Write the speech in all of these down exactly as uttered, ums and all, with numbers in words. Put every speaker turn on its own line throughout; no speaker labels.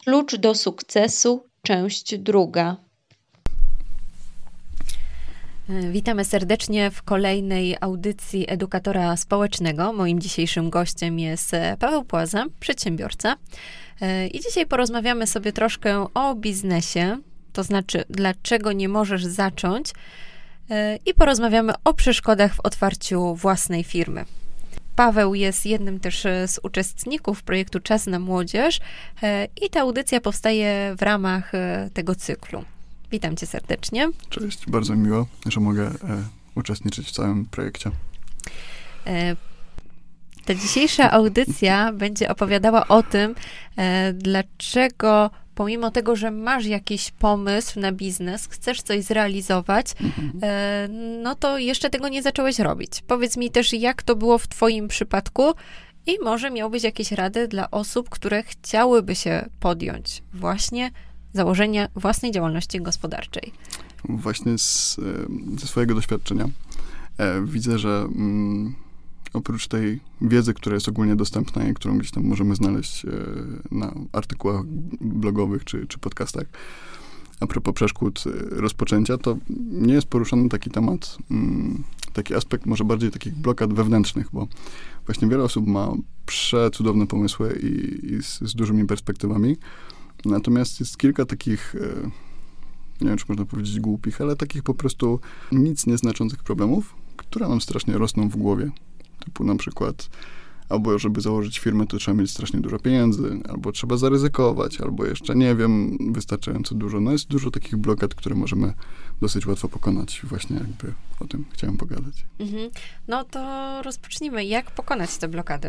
Klucz do sukcesu, część druga.
Witamy serdecznie w kolejnej audycji edukatora społecznego. Moim dzisiejszym gościem jest Paweł Płaza, przedsiębiorca. I dzisiaj porozmawiamy sobie troszkę o biznesie, to znaczy dlaczego nie możesz zacząć, i porozmawiamy o przeszkodach w otwarciu własnej firmy. Paweł jest jednym też z uczestników projektu Czas na Młodzież i ta audycja powstaje w ramach tego cyklu. Witam cię serdecznie.
Cześć, bardzo miło, że mogę e, uczestniczyć w całym projekcie.
E, ta dzisiejsza audycja będzie opowiadała o tym, e, dlaczego pomimo tego, że masz jakiś pomysł na biznes, chcesz coś zrealizować, mhm. e, no to jeszcze tego nie zacząłeś robić. Powiedz mi też, jak to było w twoim przypadku i może miałbyś jakieś rady dla osób, które chciałyby się podjąć właśnie założenia własnej działalności gospodarczej.
Właśnie z, ze swojego doświadczenia e, widzę, że mm, oprócz tej wiedzy, która jest ogólnie dostępna i którą gdzieś tam możemy znaleźć e, na artykułach blogowych czy, czy podcastach, a propos przeszkód rozpoczęcia, to nie jest poruszony taki temat, mm, taki aspekt może bardziej takich blokad wewnętrznych, bo właśnie wiele osób ma przecudowne pomysły i, i z, z dużymi perspektywami. Natomiast jest kilka takich, nie wiem, czy można powiedzieć głupich, ale takich po prostu nic nieznaczących problemów, które nam strasznie rosną w głowie. Typu na przykład, albo żeby założyć firmę, to trzeba mieć strasznie dużo pieniędzy, albo trzeba zaryzykować, albo jeszcze nie wiem, wystarczająco dużo. No jest dużo takich blokad, które możemy dosyć łatwo pokonać. Właśnie jakby o tym chciałem pogadać.
Mhm. No to rozpocznijmy. Jak pokonać te blokady?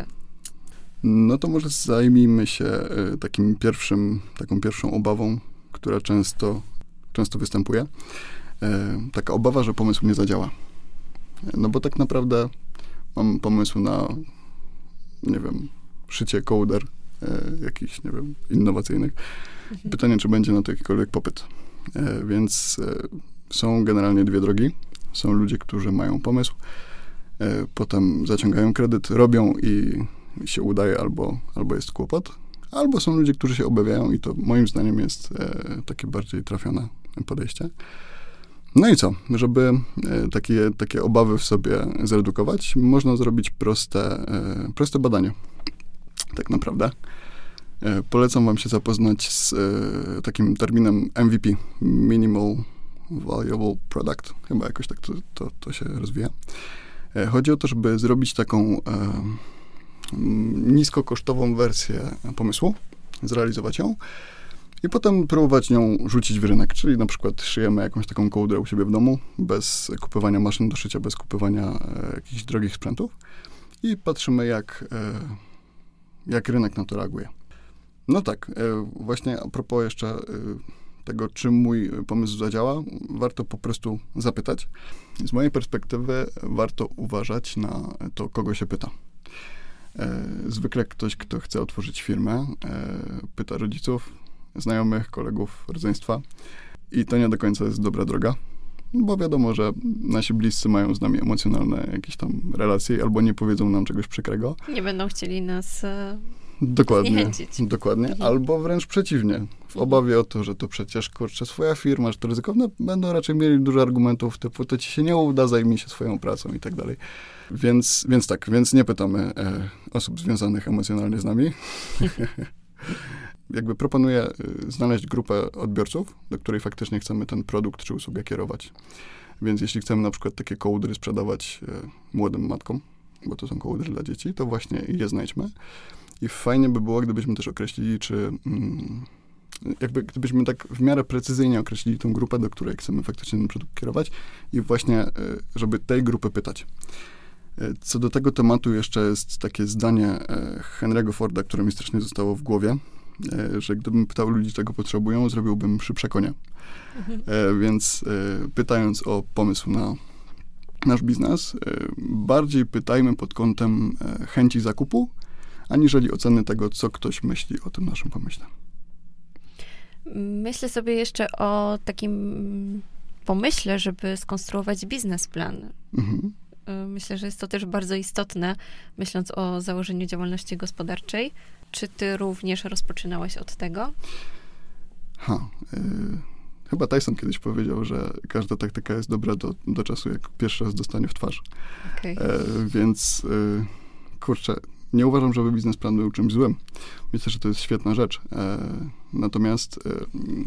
No to może zajmijmy się y, takim pierwszym, taką pierwszą obawą, która często, często występuje. Y, taka obawa, że pomysł nie zadziała. No bo tak naprawdę mam pomysł na, nie wiem, szycie kołder y, jakichś, nie wiem, innowacyjnych. Mhm. Pytanie, czy będzie na to jakikolwiek popyt. Y, więc y, są generalnie dwie drogi. Są ludzie, którzy mają pomysł, y, potem zaciągają kredyt, robią i się udaje, albo, albo jest kłopot, albo są ludzie, którzy się obawiają i to moim zdaniem jest e, takie bardziej trafione podejście. No i co? Żeby e, takie, takie obawy w sobie zredukować, można zrobić proste, e, proste badanie. Tak naprawdę. E, polecam wam się zapoznać z e, takim terminem M V P, Minimal Valuable Product. Chyba jakoś tak to, to, to się rozwija. E, chodzi o to, żeby zrobić taką e, niskokosztową wersję pomysłu, zrealizować ją i potem próbować nią rzucić w rynek, czyli na przykład szyjemy jakąś taką kołdrę u siebie w domu, bez kupowania maszyn do szycia, bez kupowania e, jakichś drogich sprzętów i patrzymy, jak, e, jak rynek na to reaguje. No tak, e, właśnie a propos jeszcze e, tego, czy mój pomysł zadziała, warto po prostu zapytać. Z mojej perspektywy warto uważać na to, kogo się pyta. Zwykle ktoś, kto chce otworzyć firmę, pyta rodziców, znajomych, kolegów, rodzeństwa i to nie do końca jest dobra droga, bo wiadomo, że nasi bliscy mają z nami emocjonalne jakieś tam relacje albo nie powiedzą nam czegoś przykrego.
Nie będą chcieli nas
Dokładnie,
zniechęcić.
dokładnie. Mhm. Albo wręcz przeciwnie. W obawie o to, że to przecież, kurczę, swoja firma, że to ryzykowne, będą raczej mieli dużo argumentów typu, to ci się nie uda, zajmij się swoją pracą i tak dalej. Więc, więc tak, więc nie pytamy e, osób związanych emocjonalnie z nami. Jakby proponuję e, znaleźć grupę odbiorców, do której faktycznie chcemy ten produkt czy usługę kierować. Więc jeśli chcemy na przykład takie kołdry sprzedawać e, młodym matkom, bo to są kołdry dla dzieci, to właśnie je znajdźmy. I fajnie by było, gdybyśmy też określili, czy mm, jakby gdybyśmy tak w miarę precyzyjnie określili tą grupę, do której chcemy faktycznie ten produkt kierować i właśnie, żeby tej grupy pytać. Co do tego tematu jeszcze jest takie zdanie Henry'ego Forda, które mi strasznie zostało w głowie, że gdybym pytał ludzi, czego potrzebują, zrobiłbym szybsze konie. Mhm. Więc pytając o pomysł na nasz biznes, bardziej pytajmy pod kątem chęci zakupu, aniżeli oceny tego, co ktoś myśli o tym naszym pomyśle.
Myślę sobie jeszcze o takim pomyśle, żeby skonstruować biznesplan. Mhm. Myślę, że jest to też bardzo istotne, myśląc o założeniu działalności gospodarczej. Czy ty również rozpoczynałeś od tego?
Ha, y, chyba Tyson kiedyś powiedział, że każda taktyka jest dobra do, do czasu, jak pierwszy raz dostanie w twarz.
Okay.
E, więc, y, kurczę, nie uważam, żeby biznesplan był czymś złym. Myślę, że to jest świetna rzecz. E, natomiast y,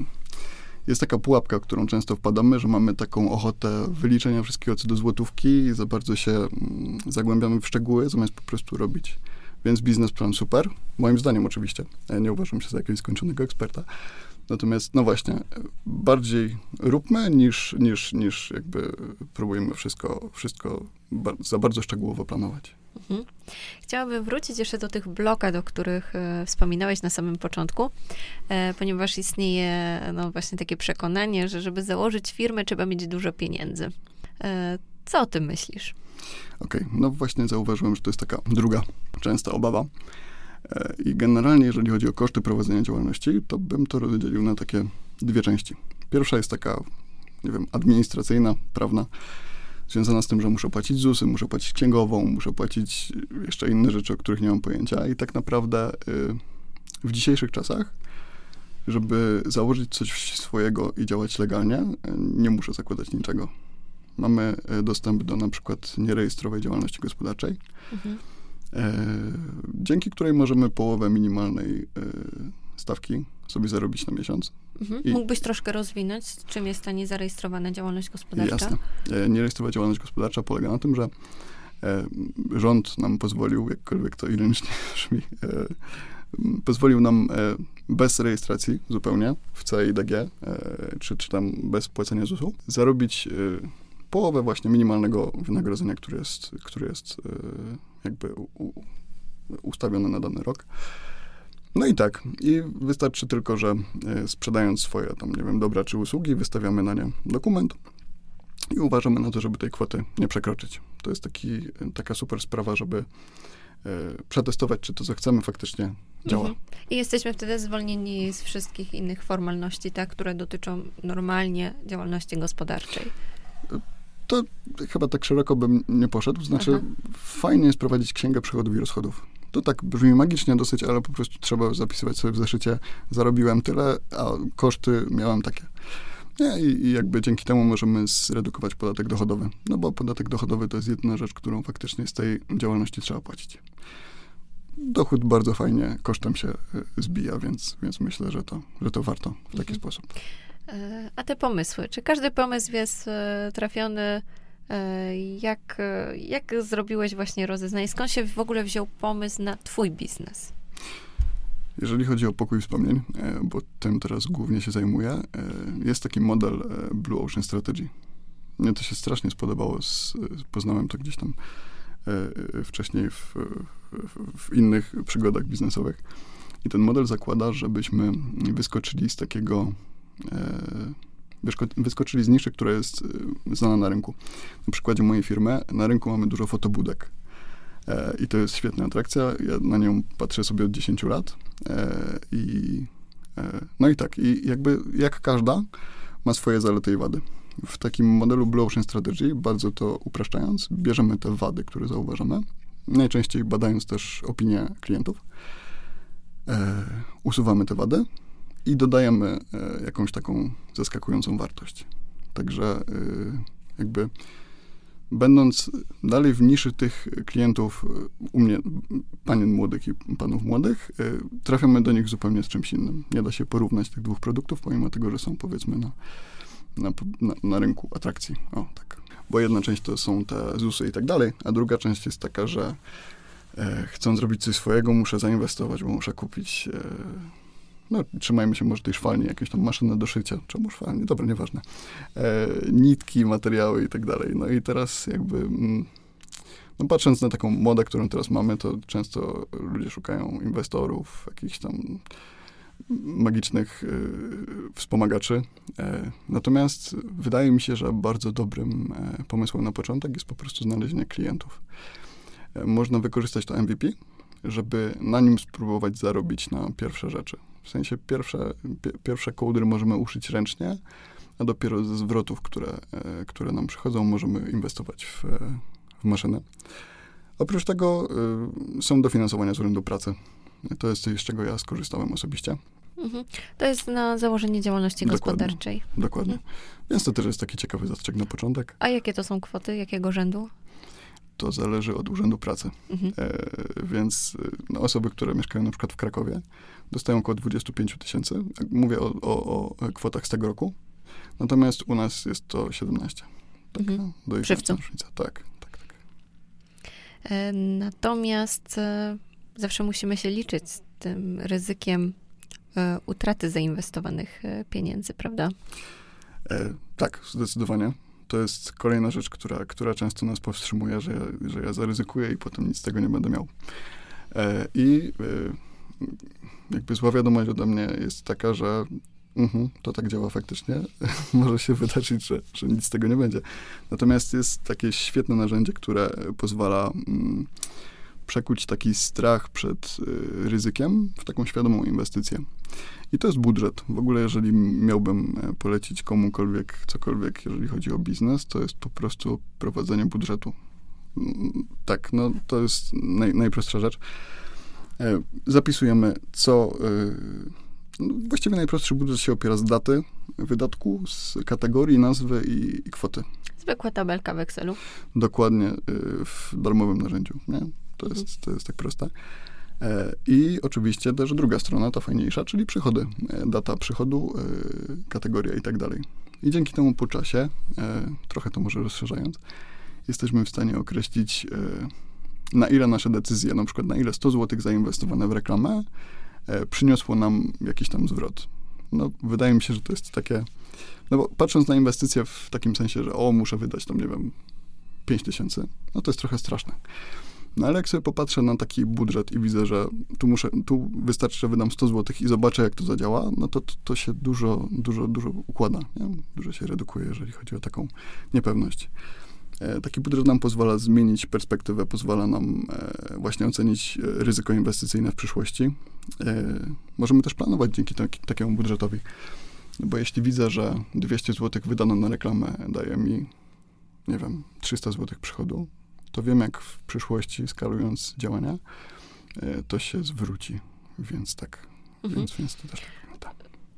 jest taka pułapka, w którą często wpadamy, że mamy taką ochotę wyliczenia wszystkiego co do złotówki i za bardzo się mm, zagłębiamy w szczegóły, zamiast po prostu robić. Więc biznesplan super, moim zdaniem oczywiście. Ja nie uważam się za jakiegoś skończonego eksperta. Natomiast, no właśnie, bardziej róbmy, niż, niż, niż jakby próbujemy wszystko, wszystko bar- za bardzo szczegółowo planować.
Mhm. Chciałabym wrócić jeszcze do tych blokad, o których e, wspominałeś na samym początku, e, ponieważ istnieje no właśnie takie przekonanie, że żeby założyć firmę, trzeba mieć dużo pieniędzy. E, co o tym myślisz?
Okej, okay. No właśnie zauważyłem, że to jest taka druga częsta obawa. E, I generalnie, jeżeli chodzi o koszty prowadzenia działalności, to bym to rozdzielił na takie dwie części. Pierwsza jest taka, nie wiem, administracyjna, prawna, związana z tym, że muszę płacić zusy, muszę płacić księgową, muszę płać jeszcze inne rzeczy, o których nie mam pojęcia. I tak naprawdę y, w dzisiejszych czasach, żeby założyć coś swojego i działać legalnie, y, nie muszę zakładać niczego. Mamy y, dostęp do na przykład nierejestrowej działalności gospodarczej, mhm. y, dzięki której możemy połowę minimalnej y, stawki sobie zarobić na miesiąc.
Mhm. I... Mógłbyś troszkę rozwinąć, czym jest ta niezarejestrowana działalność gospodarcza?
Jasne. E, nierejestrowana działalność gospodarcza polega na tym, że e, rząd nam pozwolił, jakkolwiek to ironicznie brzmi, e, pozwolił nam e, bez rejestracji zupełnie w C I D G, e, czy, czy tam bez płacenia zusu, zarobić e, połowę właśnie minimalnego wynagrodzenia, które jest, które jest e, jakby u, u, ustawione na dany rok. No i tak. I wystarczy tylko, że y, sprzedając swoje tam, nie wiem, dobra czy usługi, wystawiamy na nie dokument i uważamy na to, żeby tej kwoty nie przekroczyć. To jest taki, taka super sprawa, żeby y, przetestować, czy to, co chcemy, faktycznie działa. Mhm.
I jesteśmy wtedy zwolnieni z wszystkich innych formalności, tak, które dotyczą normalnie działalności gospodarczej.
To chyba tak szeroko bym nie poszedł. Znaczy, Aha. fajnie jest prowadzić księgę przychodów i rozchodów. To tak brzmi magicznie dosyć, ale po prostu trzeba zapisywać sobie w zeszycie, zarobiłem tyle, a koszty miałem takie. Nie, i, i jakby dzięki temu możemy zredukować podatek dochodowy. No bo podatek dochodowy to jest jedyna rzecz, którą faktycznie z tej działalności trzeba płacić. Dochód bardzo fajnie kosztem się zbija, więc, więc myślę, że to, że to warto w taki mhm. sposób.
A te pomysły? Czy każdy pomysł jest trafiony? Jak, jak zrobiłeś właśnie rozeznanie? Skąd się w ogóle wziął pomysł na twój biznes?
Jeżeli chodzi o pokój wspomnień, bo tym teraz głównie się zajmuję, jest taki model Blue Ocean Strategy. Mnie to się strasznie spodobało. Z, poznałem to gdzieś tam wcześniej w, w, w innych przygodach biznesowych. I ten model zakłada, żebyśmy wyskoczyli z takiego wyskoczyli z niszy, która jest znana na rynku. Na przykładzie mojej firmy, na rynku mamy dużo fotobudek. E, I to jest świetna atrakcja. Ja na nią patrzę sobie od dziesięciu lat. E, i, e, no i tak, i jakby jak każda ma swoje zalety i wady. W takim modelu Blue Ocean Strategy, bardzo to upraszczając, bierzemy te wady, które zauważamy, najczęściej badając też opinie klientów, e, usuwamy te wady i dodajemy e, jakąś taką zaskakującą wartość. Także e, jakby będąc dalej w niszy tych klientów, u mnie panien młodych i panów młodych, e, trafiamy do nich zupełnie z czymś innym. Nie da się porównać tych dwóch produktów, pomimo tego, że są powiedzmy na, na, na, na rynku atrakcji. O, tak. Bo jedna część to są te zusy i tak dalej, a druga część jest taka, że e, chcąc zrobić coś swojego, muszę zainwestować, bo muszę kupić e, no, trzymajmy się może tej szwalni, jakieś tam maszyny do szycia. Czemu szwalni? Dobra, nieważne. E, nitki, materiały i tak dalej. No i teraz jakby, mm, no patrząc na taką modę, którą teraz mamy, to często ludzie szukają inwestorów, jakichś tam magicznych y, wspomagaczy. E, natomiast wydaje mi się, że bardzo dobrym e, pomysłem na początek jest po prostu znalezienie klientów. E, można wykorzystać to M V P, żeby na nim spróbować zarobić na pierwsze rzeczy. W sensie pierwsze, pi- pierwsze kołdry możemy uszyć ręcznie, a dopiero ze zwrotów, które, e, które nam przychodzą, możemy inwestować w, w maszynę. Oprócz tego y, są dofinansowania z Urzędu Pracy. To jest coś, z czego ja skorzystałem osobiście.
Mhm. To jest na założenie działalności
Dokładnie,
gospodarczej.
Dokładnie.
Mhm.
Więc to też jest taki ciekawy zastrzyk na początek.
A jakie to są kwoty? Jakiego rzędu?
To zależy od urzędu pracy.
Mhm.
E, więc no, osoby, które mieszkają na przykład w Krakowie, dostają około dwadzieścia pięć tysięcy. Mówię o, o, o kwotach z tego roku. Natomiast u nas jest to siedemnaście. Taka
Mhm.
dojeżdżająca różnica. Tak, tak, tak.
E, natomiast e, zawsze musimy się liczyć z tym ryzykiem e, utraty zainwestowanych e, pieniędzy, prawda?
E, tak, zdecydowanie. To jest kolejna rzecz, która, która często nas powstrzymuje, że ja, że ja zaryzykuję i potem nic z tego nie będę miał. E, I e, jakby zła wiadomość ode mnie jest taka, że uh-huh, to tak działa faktycznie. Może się wydarzyć, że, że nic z tego nie będzie. Natomiast jest takie świetne narzędzie, które pozwala mm, przekuć taki strach przed y, ryzykiem w taką świadomą inwestycję. I to jest budżet. W ogóle, jeżeli miałbym polecić komukolwiek cokolwiek, jeżeli chodzi o biznes, to jest po prostu prowadzenie budżetu. Tak, no to jest naj, najprostsza rzecz. Zapisujemy, co... No, właściwie najprostszy budżet się opiera z daty wydatku, z kategorii, nazwy i, i kwoty.
Zwykła tabelka w Excelu.
Dokładnie w darmowym narzędziu. Nie? To, jest, to jest tak proste. I oczywiście też druga strona, ta fajniejsza, czyli przychody. Data przychodu, kategoria i tak dalej. I dzięki temu po czasie, trochę to może rozszerzając, jesteśmy w stanie określić, na ile nasze decyzje, na przykład na ile sto złotych zainwestowane w reklamę, przyniosło nam jakiś tam zwrot. No, wydaje mi się, że to jest takie, no bo patrząc na inwestycje w takim sensie, że o, muszę wydać tam, nie wiem, pięć tysięcy, no to jest trochę straszne. No ale jak sobie popatrzę na taki budżet i widzę, że tu muszę, tu wystarczy, że wydam sto złotych i zobaczę, jak to zadziała, no to to, to się dużo, dużo, dużo układa, nie? Dużo się redukuje, jeżeli chodzi o taką niepewność. E, taki budżet nam pozwala zmienić perspektywę, pozwala nam e, właśnie ocenić e, ryzyko inwestycyjne w przyszłości. E, możemy też planować dzięki tak, takiemu budżetowi. No bo jeśli widzę, że dwieście złotych wydano na reklamę daje mi, nie wiem, trzysta złotych przychodu, to wiem, jak w przyszłości, skalując działania, to się zwróci. Więc tak, mhm. więc, więc to też tak.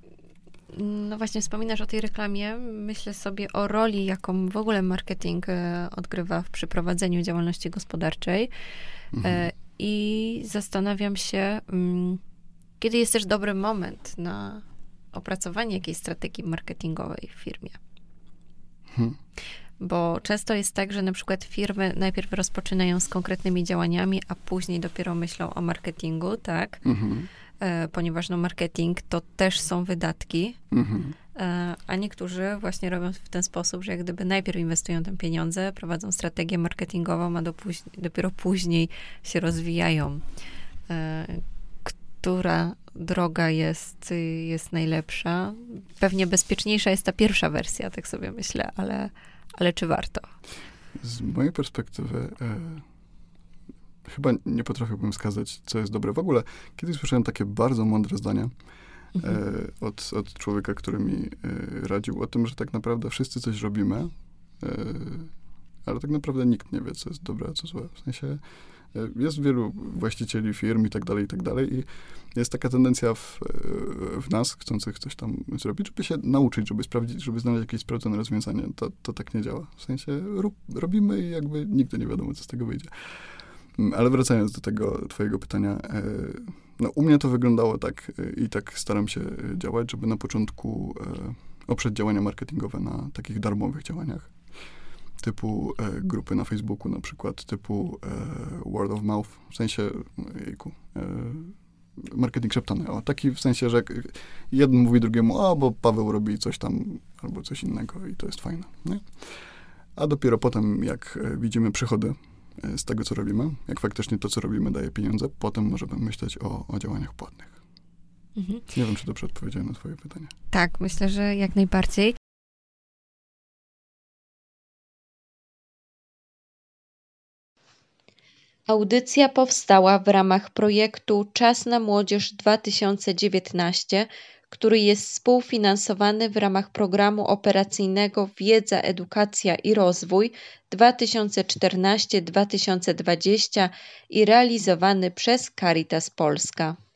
No właśnie, wspominasz o tej reklamie. Myślę sobie o roli, jaką w ogóle marketing odgrywa w przeprowadzeniu działalności gospodarczej. Mhm. I zastanawiam się, kiedy jest też dobry moment na opracowanie jakiejś strategii marketingowej w firmie. Hmm. Bo często jest tak, że na przykład firmy najpierw rozpoczynają z konkretnymi działaniami, a później dopiero myślą o marketingu, tak? Mhm. E, ponieważ no marketing to też są wydatki, mhm. e, a niektórzy właśnie robią w ten sposób, że jak gdyby najpierw inwestują tam pieniądze, prowadzą strategię marketingową, a do póź- dopiero później się rozwijają. E, która droga jest, jest najlepsza? Pewnie bezpieczniejsza jest ta pierwsza wersja, tak sobie myślę, ale Ale czy warto?
Z mojej perspektywy e, chyba nie potrafiłbym wskazać, co jest dobre. W ogóle kiedyś słyszałem takie bardzo mądre zdanie mhm. e, od, od człowieka, który mi e, radził o tym, że tak naprawdę wszyscy coś robimy, e, ale tak naprawdę nikt nie wie, co jest dobre, a co złe. W sensie jest wielu właścicieli firm i tak dalej, i tak dalej i jest taka tendencja w, w nas, chcących coś tam zrobić, żeby się nauczyć, żeby sprawdzić, żeby znaleźć jakieś sprawdzone rozwiązanie. To, to tak nie działa. W sensie rób, robimy i jakby nigdy nie wiadomo, co z tego wyjdzie. Ale wracając do tego twojego pytania, no u mnie to wyglądało tak i tak staram się działać, żeby na początku oprzeć działania marketingowe na takich darmowych działaniach. Typu e, grupy na Facebooku na przykład, typu e, word of mouth, w sensie, jejku, e, marketing szeptany, o, taki w sensie, że jeden mówi drugiemu, o, bo Paweł robi coś tam, albo coś innego i to jest fajne, nie? A dopiero potem, jak widzimy przychody z tego, co robimy, jak faktycznie to, co robimy, daje pieniądze, potem możemy myśleć o, o działaniach płatnych. Mhm. Nie wiem, czy dobrze odpowiedziałem na twoje pytanie.
Tak, myślę, że jak najbardziej.
Audycja powstała w ramach projektu Czas na Młodzież dwa tysiące dziewiętnaście który jest współfinansowany w ramach programu operacyjnego Wiedza, Edukacja i Rozwój dwa tysiące czternaście do dwa tysiące dwudziestego i realizowany przez Caritas Polska.